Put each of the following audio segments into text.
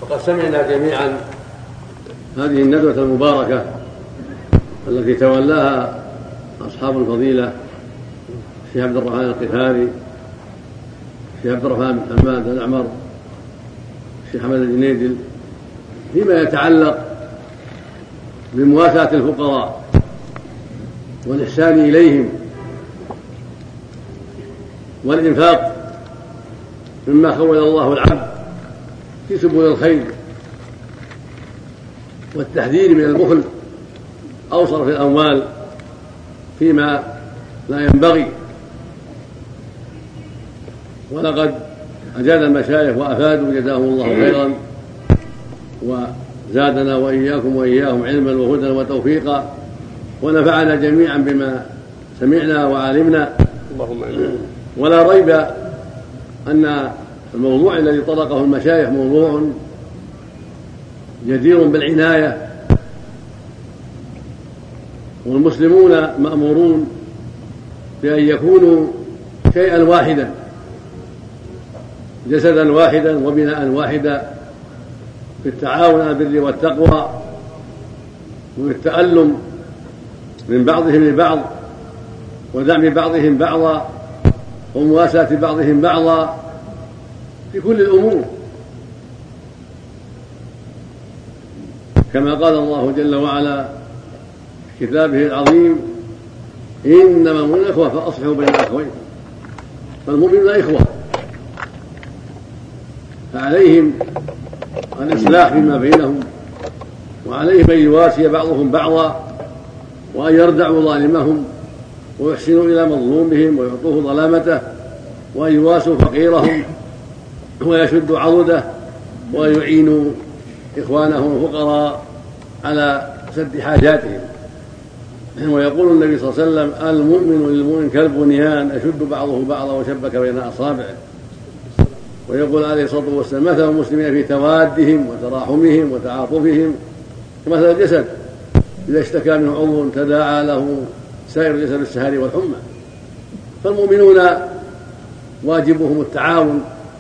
وقد سمعنا جميعا هذه الندوة المباركة التي تولاها أصحاب الفضيلة الشيخ عبد الرحمن القفاري، الشيخ عبد الرحمن بن حماد الأعمر، الشيخ حمد الجنيدل، فيما يتعلق بمواساة الفقراء والإحسان إليهم والإنفاق مما خول الله العبد في سبل الخير، والتحذير من البخل أو صرف الأموال فيما لا ينبغي. ولقد أجاد المشايخ وأفادوا جزاهم الله خيرا، وزادنا وإياكم وإياهم علما وهدى وتوفيقا، ونفعنا جميعا بما سمعنا وعلمنا، اللهم آمين. ولا ريب أن الموضوع الذي طرقه المشايخ موضوع جدير بالعناية، والمسلمون مأمورون بأن يكونوا شيئا واحدا، جسدا واحدا وبناء واحدا، في التعاون على البر والتقوى، والتألم من بعضهم لبعض، ودعم بعضهم بعضا، ومواساة بعضهم بعضا في كل الأمور، كما قال الله جل وعلا في كتابه العظيم: إنما المؤمنون إخوة فأصلحوا بين الأخوين. فالمؤمنون إخوة، فعليهم الإصلاح فيما بينهم، وعليهم أن يواسي بعضهم بعضا، وأن يردعوا ظالمهم ويحسنوا إلى مظلومهم ويعطوه ظلامته، وأن يواسوا فقيرهم ويشدوا عضده، وأن يعينوا إخوانهم الفقراء على سد حاجاتهم. ويقول النبي صلى الله عليه وسلم: المؤمن للمؤمن كالبنيان يشد بعضه بعضا وشبك بين أصابعه. ويقول عليه الصلاة والسلام: مثل المسلمين في توادهم وتراحمهم وتعاطفهم كمثل الجسد إذا اشتكى منه عضو تداعى له سائر الجسد بالسهر والحمى. فالمؤمنون واجبهم التعاون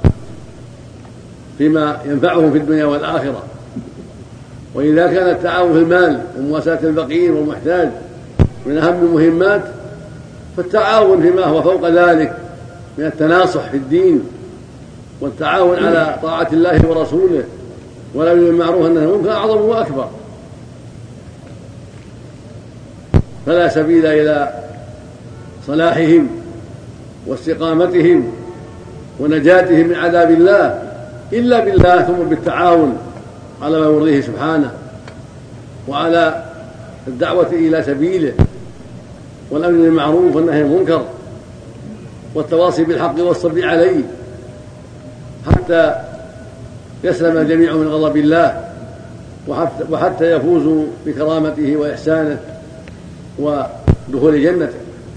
فيما ينفعهم في الدنيا والآخرة، وإذا كان التعاون في المال ومواساة الفقير والمحتاج من أهم المهمات، فالتعاون فيما هو فوق ذلك من التناصح في الدين والتعاون على طاعة الله ورسوله والأمر بالمعروف والنهي عن المنكر أعظم وأكبر. فلا سبيل إلى صلاحهم واستقامتهم ونجاتهم من عذاب الله إلا بالله، ثم بالتعاون على ما يرضيه سبحانه، وعلى الدعوة إلى سبيله، والأمر بالمعروف والنهي عن المنكر، والتواصي بالحق والصبر عليه، حتى يسلم الجميع من غضب الله، وحتى يفوزوا بكرامته وإحسانه ودخول جنته.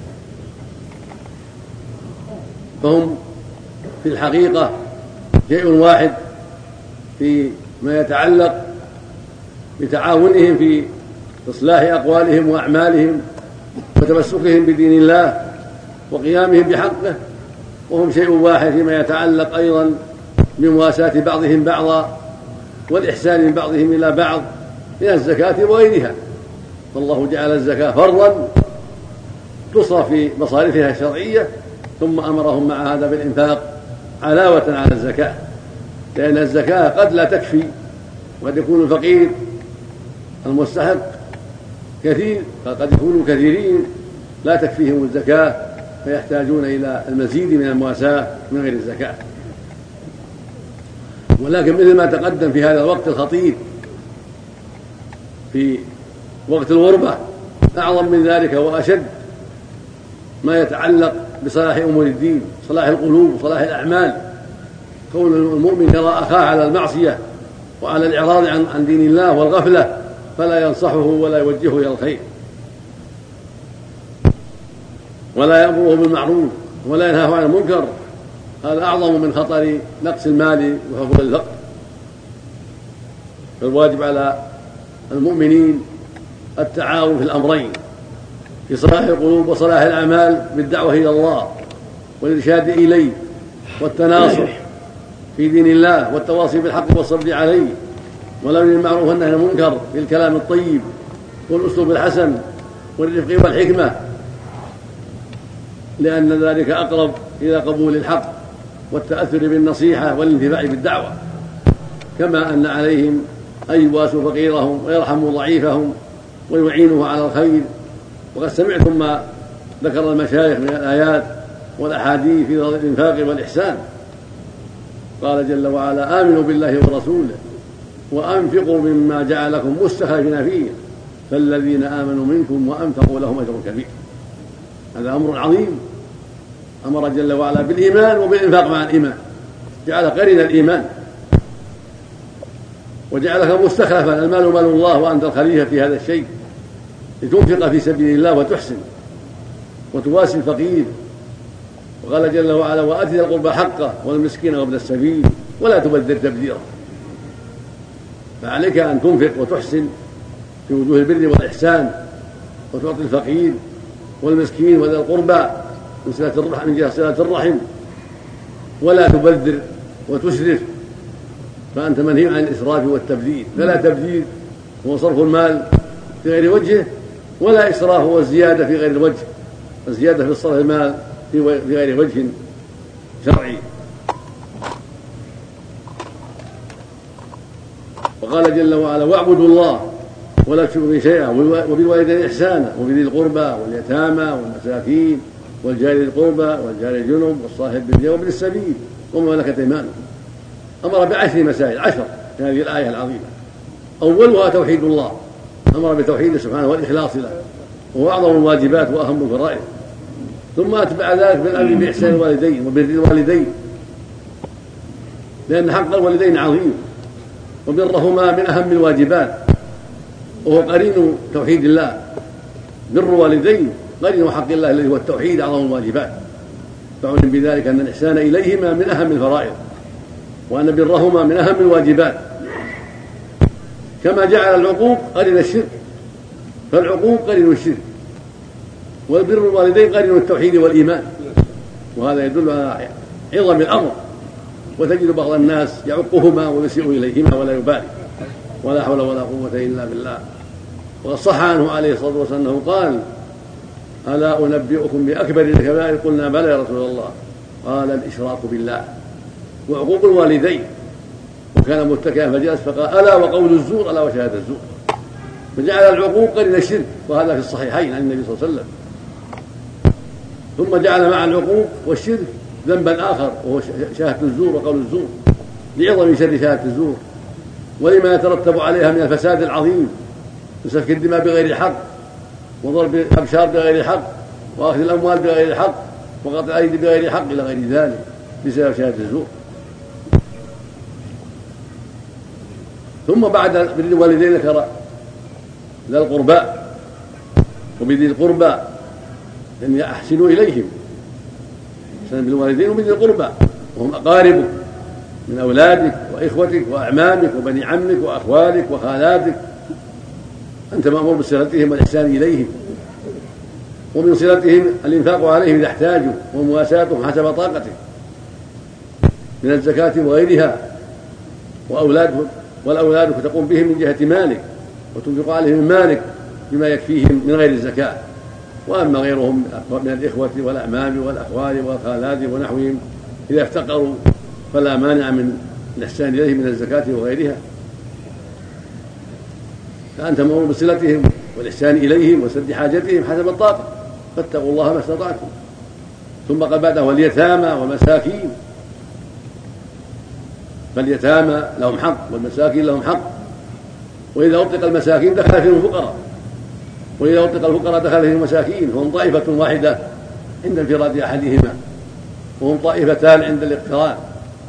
فهم في الحقيقة شيء واحد فيما يتعلق بتعاونهم في إصلاح أقوالهم وأعمالهم وتمسكهم بدين الله وقيامهم بحقه، وهم شيء واحد فيما يتعلق أيضا بمواساة بعضهم بعضا والإحسان من بعضهم إلى بعض من الزكاة وغيرها. فالله جعل الزكاة فرضا تصرف في مصارفها الشرعية، ثم أمرهم مع هذا بالإنفاق علاوة على الزكاة، لأن الزكاة قد لا تكفي، وقد يكون الفقير المستحق كثير، قد يكونوا كثيرين لا تكفيهم الزكاة فيحتاجون إلى المزيد من المواساة من غير الزكاة. ولكن مثل ما تقدم في هذا الوقت الخطير، في وقت الغربة، أعظم من ذلك وأشد ما يتعلق بصلاح أمور الدين، صلاح القلوب وصلاح الأعمال. كون المؤمن يرى أخاه على المعصية وعلى الإعراض عن دين الله والغفلة فلا ينصحه ولا يوجهه إلى الخير، ولا يأمره بالمعروف ولا ينهاه عن المنكر، هذا أعظم من خطر نقص المال وحفظ الفقر. فالواجب على المؤمنين التعاون في الأمرين، في صلاح القلوب وصلاح الأعمال بالدعوة إلى الله والإرشاد إليه والتناصح في دين الله والتواصي بالحق والصبر عليه، والأمر بالمعروف والنهي عن المنكر بالكلام الطيب والأسلوب الحسن والرفق والحكمة، لأن ذلك أقرب إلى قبول الحق والتأثر بالنصيحة والانتفاع بالدعوة، كما أن عليهم أن يواسوا فقيرهم ويرحموا ضعيفهم ويعينوه على الخير. وقد سمعتم ما ذكر المشايخ من الآيات والأحاديث في فضل الإنفاق والإحسان. قال جل وعلا: آمنوا بالله ورسوله وأنفقوا مما جعلكم مستخلفين فيه فالذين آمنوا منكم وأنفقوا لهم أجر كبير. هذا أمر عظيم، أمر جل وعلا بالإيمان وبالإنفاق مع الإيمان، جعل قرين الإيمان وجعلك مستخلفا، المال مال الله وأنت الخليفة في هذا الشيء، لتنفق في سبيل الله وتحسن وتواسي الفقير. وقال جل وعلا: وآت ذا القربى حقه والمسكين وابن السبيل ولا تبذر تبذيرا. فعليك أن تنفق وتحسن في وجوه البر والإحسان، وتعطي الفقير والمسكين وذا القربى من جهة صلة الرحم، ولا تبذر وتسرف، فأنت منهي عن الإسراف والتبذير. فلا تبذير هو صرف المال في غير وجهه، ولا إسراف هو الزيادة في غير الوجه، الزيادة في صرف المال في غير وجه شرعي. وقال جل وعلا: واعبدوا الله ولا تشركوا به شيئا وبالوالدين إحسانا وبذي القربى واليتامى والمساكين والجار ذي القربى والجار الجنب والصاحب بالجنب وابن السبيل وما ملكت أيمانكم. أمر ب10 مسائل، 10 في هذه الآية العظيمة. أولها توحيد الله، أمر بتوحيده سبحانه والإخلاص له، وهو أعظم الواجبات وأهم الفرائض. ثم أتبع ذلك بالأمر بإحسان الوالدين وبر الوالدين، لأن حق الوالدين عظيم، وبرهما من أهم الواجبات، وهو قرين توحيد الله. بر الوالدين قرين حق الله الذي هو التوحيد أعظم الواجبات، فعلم بذلك أن الإحسان إليهما من أهم الفرائض، وأن برهما من أهم الواجبات. كما جعل العقوق قرين الشرك، فالعقوق قرين الشرك، والبر الوالدين قرين التوحيد والإيمان. وهذا يدل على عظم الأمر. وتجد بعض الناس يعقهما ويسيء إليهما ولا يبالي، ولا حول ولا قوة إلا بالله. وقد صح عنه عليه الصلاة والسلام أنه قال: ألا أنبئكم بأكبر الكبائر؟ قلنا: بلى يا رسول الله. قال: الإشراك بالله وعقوق الوالدين. وكان متكئا فجلس فقال: ألا وقول الزور، ألا وشهادة الزور. فجعل العقوق قرين الشرك، وهذا في الصحيحين عن النبي صلى الله عليه وسلم. ثم جعل مع العقوق والشرك ذنبا آخر، وهو شهادة الزور وقول الزور، لعظم شر شهادة الزور ولما يترتب عليها من الفساد العظيم، من سفك الدماء بغير حق، وضرب الأبشار بغير حق، وأخذ الأموال بغير حق، وقطع الأيدي بغير حق، إلى غير ذلك بسبب شهادة الزور. ثم بعد بر الوالدين ذكر ذا القربى وبذي القربى أن أحسنوا إليهم، أحسن بالوالدين وبذي القربى وهم أقاربك من أولادك وإخوتك وأعمامك وبني عمك وأخوالك وخالاتك، أنت مأمور بصلتهم والإحسان إليهم. ومن صلتهم الإنفاق عليهم إذا احتاجوا، ومواساتهم حسب طاقتك من الزكاة وغيرها. والأولاد تقوم بهم من جهة مالك، وتنفق عليهم من مالك بما يكفيهم من غير الزكاة. وأما غيرهم من الإخوة والأعمام والأخوال والخالات ونحوهم إذا افتقروا فلا مانع من الإحسان إليهم من الزكاة وغيرها. فأنت مأمور بصلتهم والإحسان إليهم وسد حاجتهم حسب الطاقة، فاتقوا الله ما استطعتم. ثم قال بعده: واليتامى ومساكين. فاليتامى لهم حق والمساكين لهم حق، وإذا أطلق المساكين دخل فيهم الفقراء، وإذا أطلق الفقراء دخل فيهم المساكين، فهم طائفة واحدة عند انفراد أحدهما، وهم طائفتان عند الاقتران.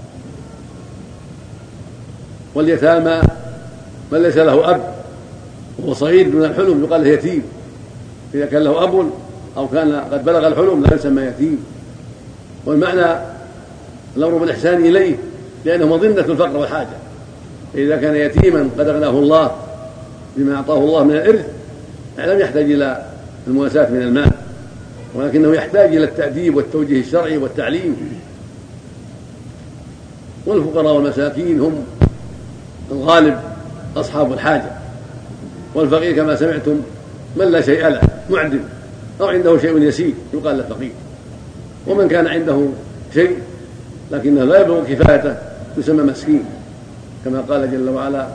واليتامى من ليس له أب وهو صغير دون الحلم يقال له يتيم، إذا كان له أب أو كان قد بلغ الحلم لا يسمى يتيم. والمعنى الأمر بالإحسان إليه، لأنه مظنة الفقر والحاجة. إذا كان يتيما قد أغناه الله بما أعطاه الله من الإرث لم يحتاج إلى المواساة من المال، ولكنه يحتاج إلى التأديب والتوجيه الشرعي والتعليم. والفقراء والمساكين هم الغالب أصحاب الحاجة، والفقير كما سمعتم من لا شيء له معدم أو عنده شيء يسير يقال له فقير، ومن كان عنده شيء لكنه لا يبلغ كفايته يسمى مسكين، كما قال جل وعلا: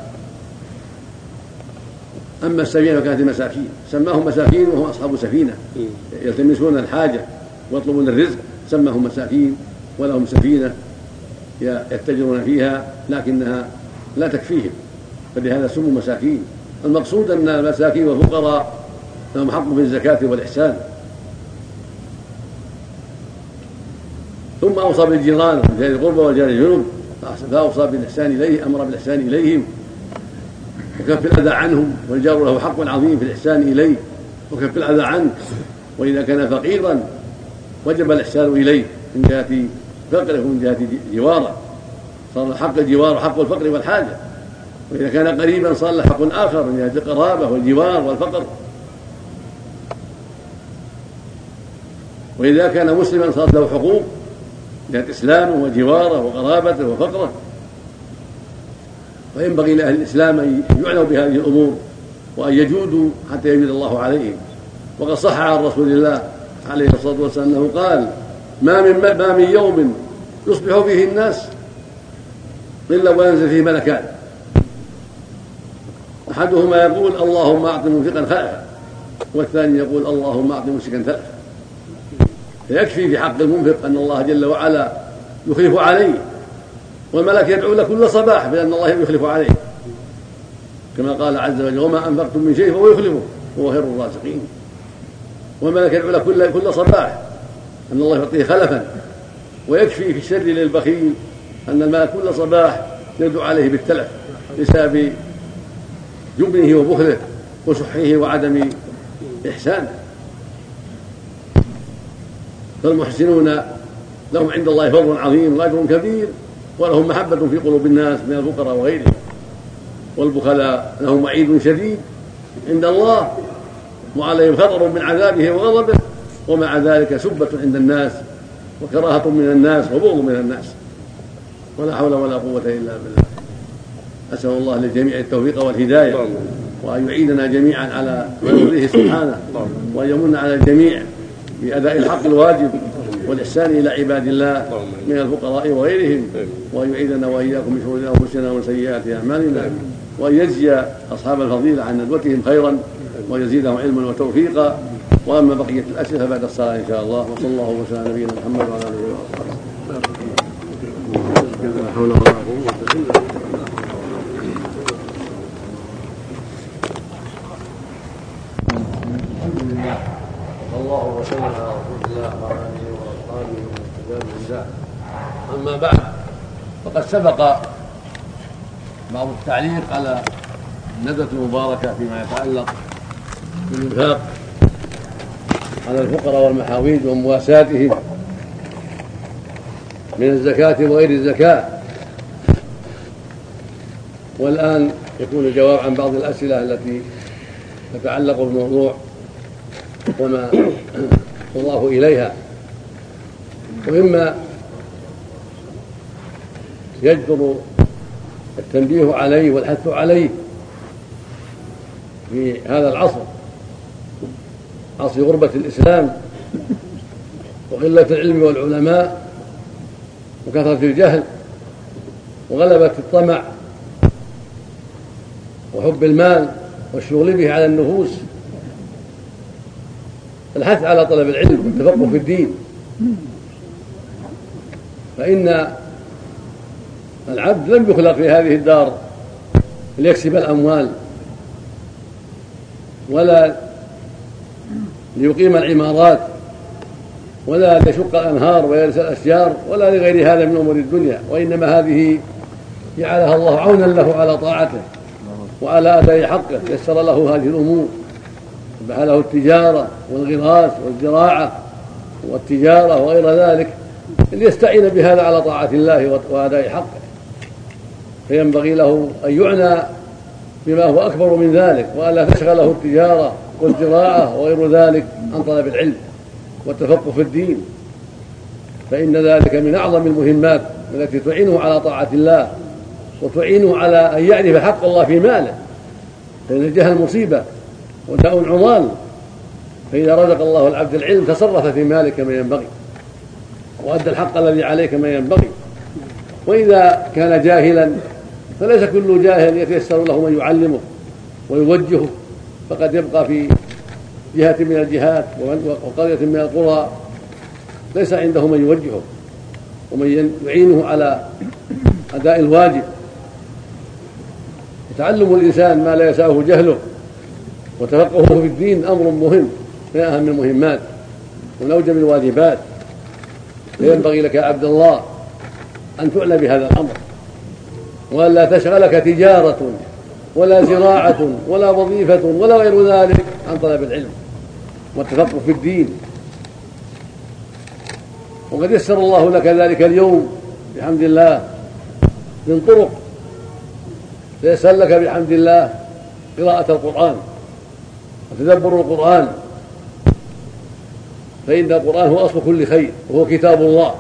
أما السفينة فكانت مساكين، سماهم مساكين وهم أصحاب سفينة يلتمسون الحاجة ويطلبون الرزق، سماهم مساكين ولهم سفينة يتجرون فيها لكنها لا تكفيهم، فلهذا سموا مساكين. المقصود أن المساكين والفقراء لهم حق في الزكاة والإحسان. ثم أوصى بالجيران وجار القربى والجار الجنوب، فأوصى بالإحسان إليه، أمر بالإحسان إليهم وكف الأذى عنهم، والجار له حق عظيم في الإحسان إليه وكف الأذى عنه، وإذا كان فقيرا وجب الإحسان إليه من جهة فقره ومن جهة جواره، صار حق الجوار حق الفقر والحاجة، وإذا كان قريبا صار له حق آخر من جهة القرابة والجوار والفقر، وإذا كان مسلما صارت له حقوق من جهة إسلامه وجواره وقرابته وفقره. وينبغي لأهل الإسلام أن يعنوا بهذه الأمور وأن يجودوا حتى يجود الله عليهم. وقد صح عن رسول الله عليه الصلاة والسلام أنه قال: ما من يوم يصبح فيه الناس إلا وينزل فيه ملكان، أحدهما يقول: اللهم أعط منفقا خلفا، والثاني يقول: اللهم أعط ممسكا تلفا. فيكفي في حق المنفق أن الله جل وعلا يخلف عليه، والملك يدعو له كل صباح بأن الله يخلف عليه، كما قال عز وجل: وما أنفقتم من شيء فهو يخلفه وهو خير الرازقين. والملك يدعو له كل صباح أن الله يعطيه خلفا. ويكفي في الشر للبخيل أن الملك كل صباح يدعو عليه بالتلف بسبب جبنه وبخله وشحه وعدم إحسانه. فالمحسنون لهم عند الله فضل عظيم وأجر كبير، ولهم محبة في قلوب الناس من الفقراء وغيرهم. والبخلاء لهم وعيد شديد عند الله وعليهم خطر من عذابه وغضبه، ومع ذلك سبة عند الناس وكراهة من الناس وبغض من الناس، ولا حول ولا قوة إلا بالله. أسأل الله للجميع التوفيق والهداية، وأن يعيدنا جميعا على ما يرضيه سبحانه، وأن يمن على الجميع بأداء الحق الواجب والإحسان إلى عباد الله من الفقراء وغيرهم، وأن يعيدنا وإياكم من شرور أنفسنا ومن سيئات أعمالنا، وأن يجزي أصحاب الفضيلة عن ندوتهم خيرا ويزيدهم علما وتوفيقا. وأما بقية الأسئلة بعد الصلاة إن شاء الله. وصلى الله وسلم على نبينا محمد وعلى آله وصحبه. لا حول ولا قوة إلا بالله. الله وسلم على رسول الله وعلى اله واصحابه ومن تبعهم بإحسان. اما بعد، فقد سبق بعض التعليق على الندوة المباركة فيما يتعلق بالإنفاق على الفقراء والمحاويج ومواساتهم من الزكاة وغير الزكاة. والآن يكون الجواب عن بعض الأسئلة التي تتعلق بالموضوع وما الله إليها، ومما يجدر التنبيه عليه والحث عليه في هذا العصر، عصر غربة الإسلام وقلة العلم والعلماء وكثرة الجهل وغلبة الطمع وحب المال والشغل به على النفوس، الحث على طلب العلم والتفقه في الدين. فإن العبد لم يخلق في هذه الدار ليكسب الأموال ولا ليقيم العمارات ولا ليشق الأنهار ويرث الأشجار ولا لغير هذا من أمور الدنيا، وإنما هذه جعلها الله عونا له على طاعته وعلى أداء حقه، يسر له هذه الأمور، أباح له التجارة والغراس والزراعة والتجارة وغير ذلك ليستعين بهذا على طاعة الله وأداء حقه. فينبغي له أن يعنى بما هو أكبر من ذلك، وألا تشغله التجارة والزراعة وغير ذلك عن طلب العلم والتفقه في الدين، فإن ذلك من أعظم المهمات التي تعينه على طاعة الله وتعينه على أن يعرف حق الله في ماله، فإن الجهل مصيبة وداء عضال. فإذا رزق الله العبد العلم تصرف في ماله كما ينبغي وأدى الحق الذي عليه كما ينبغي. وإذا كان جاهلا فليس كل جاهل يتيسر له من يعلمه ويوجهه، فقد يبقى في جهة من الجهات وقرية من القرى ليس عنده من يوجهه ومن يعينه على أداء الواجب. وتعلم الإنسان ما لا يسعه جهله وتفقهه في الدين أمر مهم من أهم المهمات ومن أوجب الواجبات. فينبغي لك يا عبد الله أن تعلى بهذا الأمر، وأن لا تشغلك تجارة ولا زراعة ولا وظيفة ولا غير ذلك عن طلب العلم والتفقه في الدين. وقد يسر الله لك ذلك اليوم بحمد الله من طرق. فيسر لك بحمد الله قراءة القرآن وتدبر القرآن، فإن القرآن هو أصل كل خير وهو كتاب الله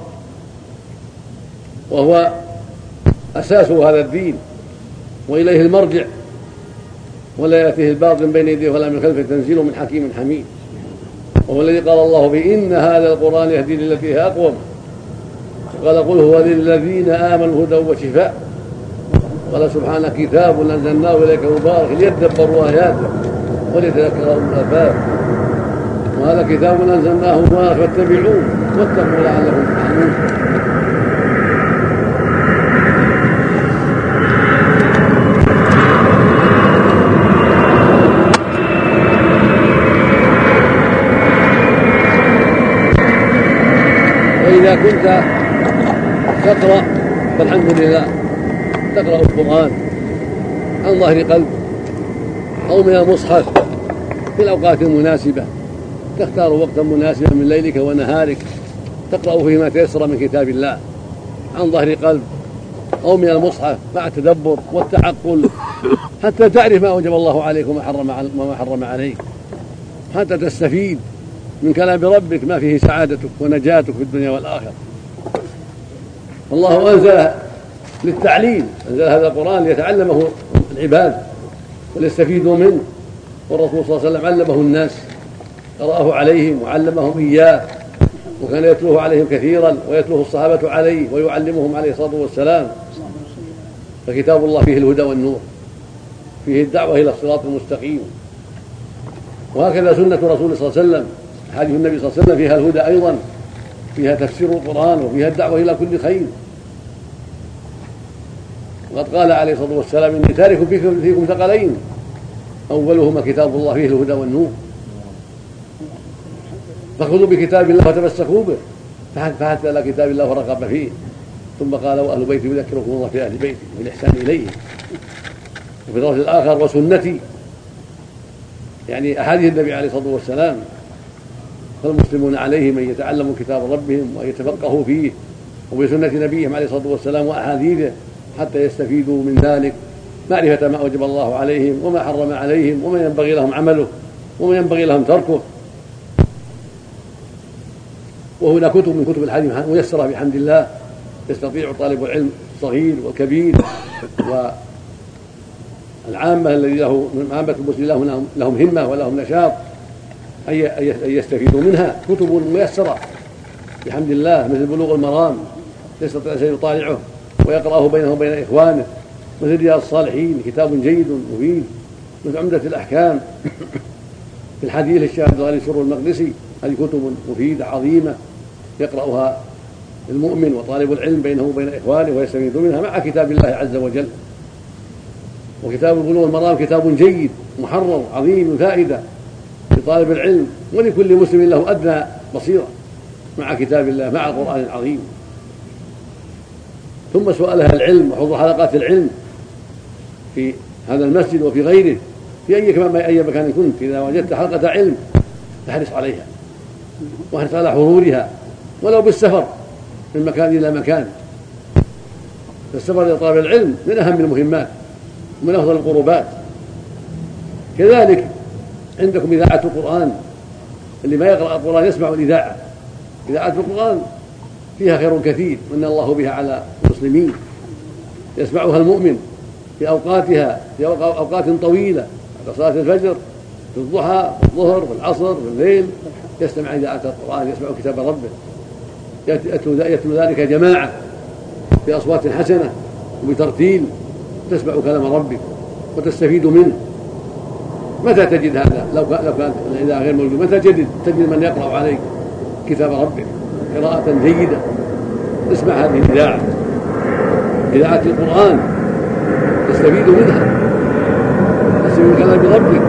وهو أساس هذا الدين وإليه المرجع، ولا يأتيه الباطل من بين يديه ولا من خلفه تنزيل من حكيم حميد. وهو الذي قال الله فيه إن هذا القرآن يهدي للتي هي أقوم، قال قل هو للذين آمنوا هدى وشفاء. قال سبحانه كتاب أنزلناه إليك مبارك ليدبروا آياته وليتذكر أولو الألباب. وهذا كتاب أنزلناه مبارك فاتبعوه واتقوا لعلكم ترحمون. وإذا كنت تقرأ فالحمد لله تقرأ القرآن عن ظهر قلب أو من المصحف في الأوقات المناسبة، تختار وقتا مناسبا من ليلك ونهارك تقرأ فيه ما تيسر من كتاب الله عن ظهر قلب أو من المصحف مع التدبر والتعقل حتى تعرف ما أوجب الله عليك وما حرم عليك، حتى تستفيد من كلام ربك ما فيه سعادتك ونجاتك في الدنيا والآخرة. الله أنزل للتعليم، أنزل هذا القرآن ليتعلمه العباد وليستفيدوا منه، والرسول صلى الله عليه وسلم علمه الناس، قرأه عليهم وعلمهم إياه، وكان يتلوه عليهم كثيرا ويتلوه الصحابة عليه ويعلمهم عليه الصلاة والسلام. فكتاب الله فيه الهدى والنور، فيه الدعوة إلى الصراط المستقيم. وهكذا سنة رسول صلى الله عليه وسلم، حديث النبي صلى الله عليه وسلم فيها الهدى أيضا، فيها تفسير القرآن وفيها الدعوة إلى كل خير. وقد قال عليه الصلاة والسلام إني تارك فيكم ثقلين أولهما كتاب الله فيه الهدى والنور، فخذوا بكتاب الله وتمسكوا به فحتى على كتاب الله ورغب فيه. ثم قال وأهل بيتي يذكركم الله في أهل بيتي بالإحسان إليه. وفي اللفظ الآخر وسنتي، يعني أحاديث النبي عليه الصلاة والسلام. فالمسلمون عليهم أن يتعلموا كتاب ربهم وأن يتفقهوا فيه وبسنة نبيهم عليه الصلاة والسلام وأحاديثه حتى يستفيدوا من ذلك معرفة ما أوجب الله عليهم وما حرم عليهم وما ينبغي لهم عمله وما ينبغي لهم تركه. وهنا كتب من كتب الحديث ميسرة بحمد الله، يستطيع طالب العلم الصغير والكبير والعامة الذي له من عامة المسلمين لهم همة ولهم نشاط أن يستفيدوا منها. كتب ميسرة بحمد الله مثل بلوغ المرام يستطيع أن يطالعه ويقرأه بينه وبين إخوانه، مثل رياض الصالحين كتاب جيد مفيد، مثل عمدة الأحكام في الحديث للشيخ عبد الغني السر المقدسي. هذه كتب مفيدة عظيمة يقرأها المؤمن وطالب العلم بينه وبين إخوانه ويستفيد منها مع كتاب الله عز وجل. وكتاب بلوغ المرام كتاب جيد محرر عظيم فائدة لطالب العلم ولكل مسلم له أدنى بصيرة مع كتاب الله مع القرآن العظيم. ثم سؤال أهل العلم وحضور حلقات العلم في هذا المسجد وفي غيره في أي مكان كنت، إذا وجدت حلقة علم فاحرص عليها واحرص على حضورها ولو بالسفر من مكان إلى مكان. فالسفر إلى طلب العلم من أهم المهمات ومن أفضل القربات. كذلك عندكم إذاعة القرآن، اللي ما يقرأ القرآن يسمع الإذاعة. إذاعة القرآن فيها خير كثير من الله بها على المسلمين، يسمعها المؤمن في أوقاتها، في أوقات طويلة، بعد صلاة الفجر، في الضحى، في الظهر، في العصر، في الليل، يستمع إذاعة القرآن، يسمع كتاب ربه، يتلو ذلك جماعة بأصوات حسنة وبترتيل، تسمع كلام ربك وتستفيد منه. متى تجد هذا؟ لو كانت الإذاعة غير موجودة، متى تجد من يقرأ عليك كتاب ربك قراءة جيدة؟ اسمع هذه الإذاعة، إذاعة القرآن، تستفيد منها، تستفيد من كلام ربك.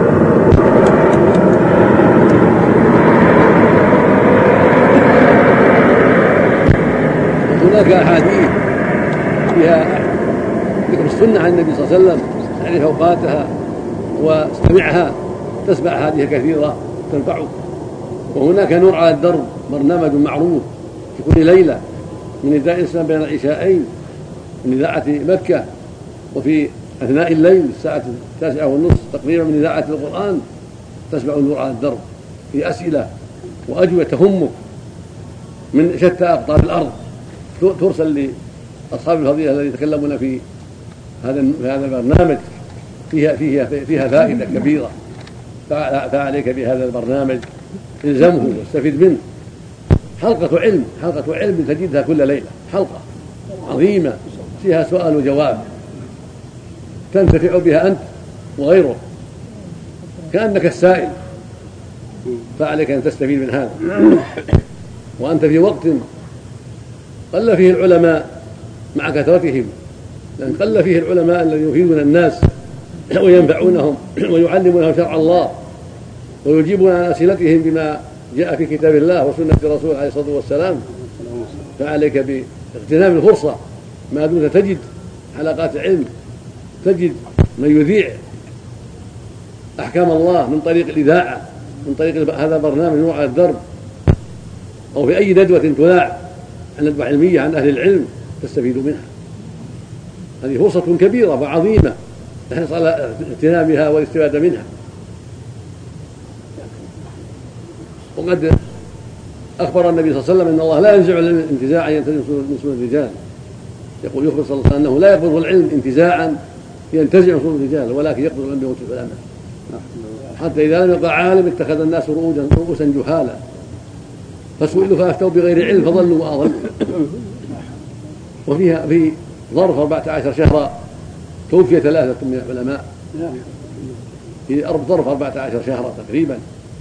هناك أحاديث فيها ذكر السنة عن النبي صلى الله عليه وسلم، تعرف أوقاتها واستمعها، تسمع هذه كثيرة تنفعك. وهناك نور على الدرب، برنامج معروف في كل ليلة من نداء الإسلام بين العشاءين من إذاعة مكة، وفي أثناء الليل الساعة 9:30 تقريبا من إذاعة القرآن، تسمع النور على الدرب في أسئلة وأجوبة تهمك من شتى أقطار الأرض، ترسل لأصحاب الفضيلة الذين يتكلمون في هذا البرنامج، فيها فائدة كبيرة. فعليك بهذا البرنامج، الزمه واستفد منه. حلقة علم تجدها كل ليلة، حلقة عظيمة فيها سؤال وجواب تنتفع بها أنت وغيرك كأنك السائل، فعليك أن تستفيد من هذا. وأنت في وقت قل فيه العلماء مع كثرتهم، لأن قل فيه العلماء الذين يفيدون الناس وينفعونهم ويعلمونهم شرع الله ويجيبون عن أسئلتهم بما جاء في كتاب الله وسنة الرسول عليه الصلاة والسلام. فعليك باغتنام الفرصة ما دمت تجد حلقات علم، تجد من يذيع أحكام الله من طريق الإذاعة، من طريق هذا البرنامج نور على الدرب، أو في أي ندوة تذاع عن ندوة علمية عن أهل العلم، تستفيد منها. هذه فرصة كبيرة وعظيمة، نحرص على اغتنامها والاستفادة منها. وقد أخبر النبي صلى الله عليه وسلم أن الله لا ينزع العلم انتزاعا ينتزع من صدور الرجال. يقول يخبر صلى الله عليه وسلم أنه لا يقبض العلم انتزاعا ينتزع من صدور الرجال، ولكن يقبض العلم بموت العلماء، حتى إذا لم يبقى عالم اتخذ الناس رؤوسا جهالا فسئلوا فأفتوا بغير علم فضلوا وأضلوا. وفيها في ظرف 14 شهرا توفي 3 من العلماء، في ظرف 14 شهرا تقريبا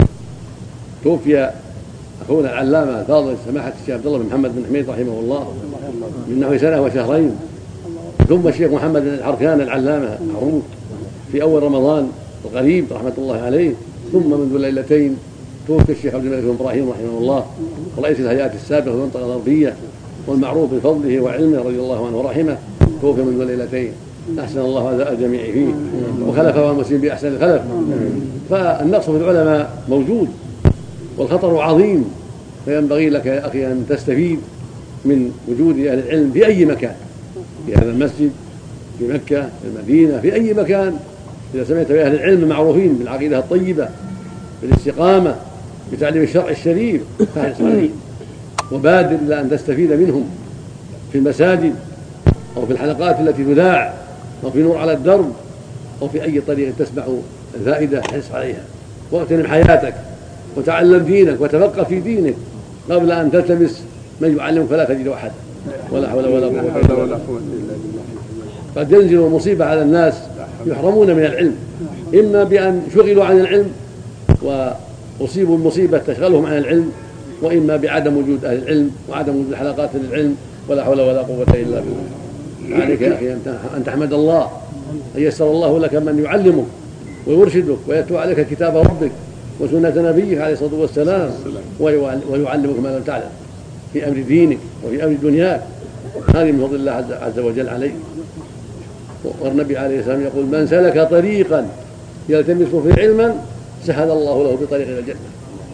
توفي أخونا العلامة الفاضل سماحة الشيخ عبد الله بن محمد بن حميد رحمه الله من نحو 1 وشهرين، ثم الشيخ محمد بن الحركان العلامة معروف في أول رمضان القريب رحمة الله عليه، ثم منذ ليلتين توفي الشيخ عبد الملك بن إبراهيم رحمه الله رئيس الهيئات السابقة في المنطقة الغربية والمعروف بفضله وعلمه رضي الله عنه ورحمه، توفي منذ ليلتين. أحسن الله هذا الجميع فيه وخلفه المسلمين بأحسن الخلف. فالنقص في العلماء موجود والخطر عظيم، فينبغي لك يا أخي أن تستفيد من وجود أهل العلم في أي مكان، في هذا المسجد، في مكة، في المدينة، في أي مكان. إذا سمعت بأهل العلم معروفين بالعقيدة الطيبة، بالاستقامة، بتعليم الشرع الشريف، فاحرص عليهم وبادر إلى أن تستفيد منهم في المساجد أو في الحلقات التي تذاع أو في نور على الدرب أو في أي طريق تسمع الفائدة، احرص عليها واغتنم حياتك وتعلم دينك وتفقه في دينك قبل أن تلتمس من يعلمك فلا تجد أحدا. ولا حول ولا قوة إلا بالله. قد ينزل مصيبة على الناس يحرمون من العلم، إما بأن شغلوا عن العلم وأصيبوا المصيبة تشغلهم عن العلم، وإما بعدم وجود أهل العلم وعدم وجود حلقات للعلم. ولا حول ولا قوة إلا بالله. عليك يا أخي أن تحمد الله أن يسر الله لك من يعلمك ويرشدك ويتلو عليك كتاب ربك وسنة نبيك عليه الصلاة والسلام، ويعلمك ما لم تعلم في أمر دينك وفي أمر دنياك. هذه من فضل الله عز وجل عليك. والنبي عليه السلام يقول: من سلك طريقا يلتمس فيه علما سهل الله له بطريق إلى الجنة.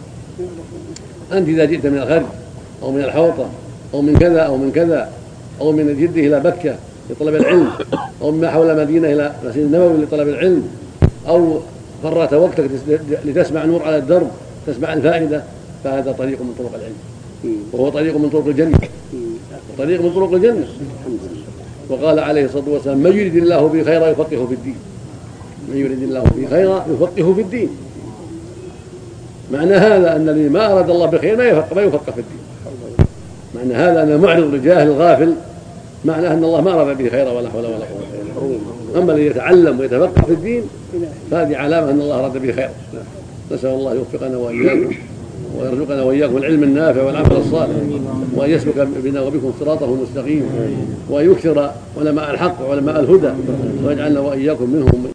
أنت إذا جئت من الخارج أو من الحوطة أو من كذا أو من كذا أو من جدة إلى بكة لطلب العلم، أو مما حول المدينة إلى مسجد النبوي لطلب العلم، أو فرغت وقتك لتسمع نور على الدرب تسمع الفائدة، فهذا طريق من طرق العلم، وهو طريق من طرق الجنة، طريق من طرق الجنة. وقال عليه الصلاة والسلام: من يريد الله به خيرا يفقهه في الدين. من يريد الله به خيرا يفقهه في الدين. معنى هذا أن الذي ما أراد الله بخير ما يفقه في الدين. معنى هذا أن المعرض للجاهل الغافل معناه أن الله ما أراد به خيرا ولا حول ولا قوة إلا بالله. أما الذي يتعلم ويتفقه في الدين فهذه علامة أن الله أراد به خيرا. نسأل الله يوفقنا وإياكم ويرزقنا وإياكم العلم النافع والعمل الصالح، وأن يسلك بنا وبكم صراطه المستقيم، وأن يكثر علماء الحق وعلماء الهدى، ويجعلنا وإياكم منهم.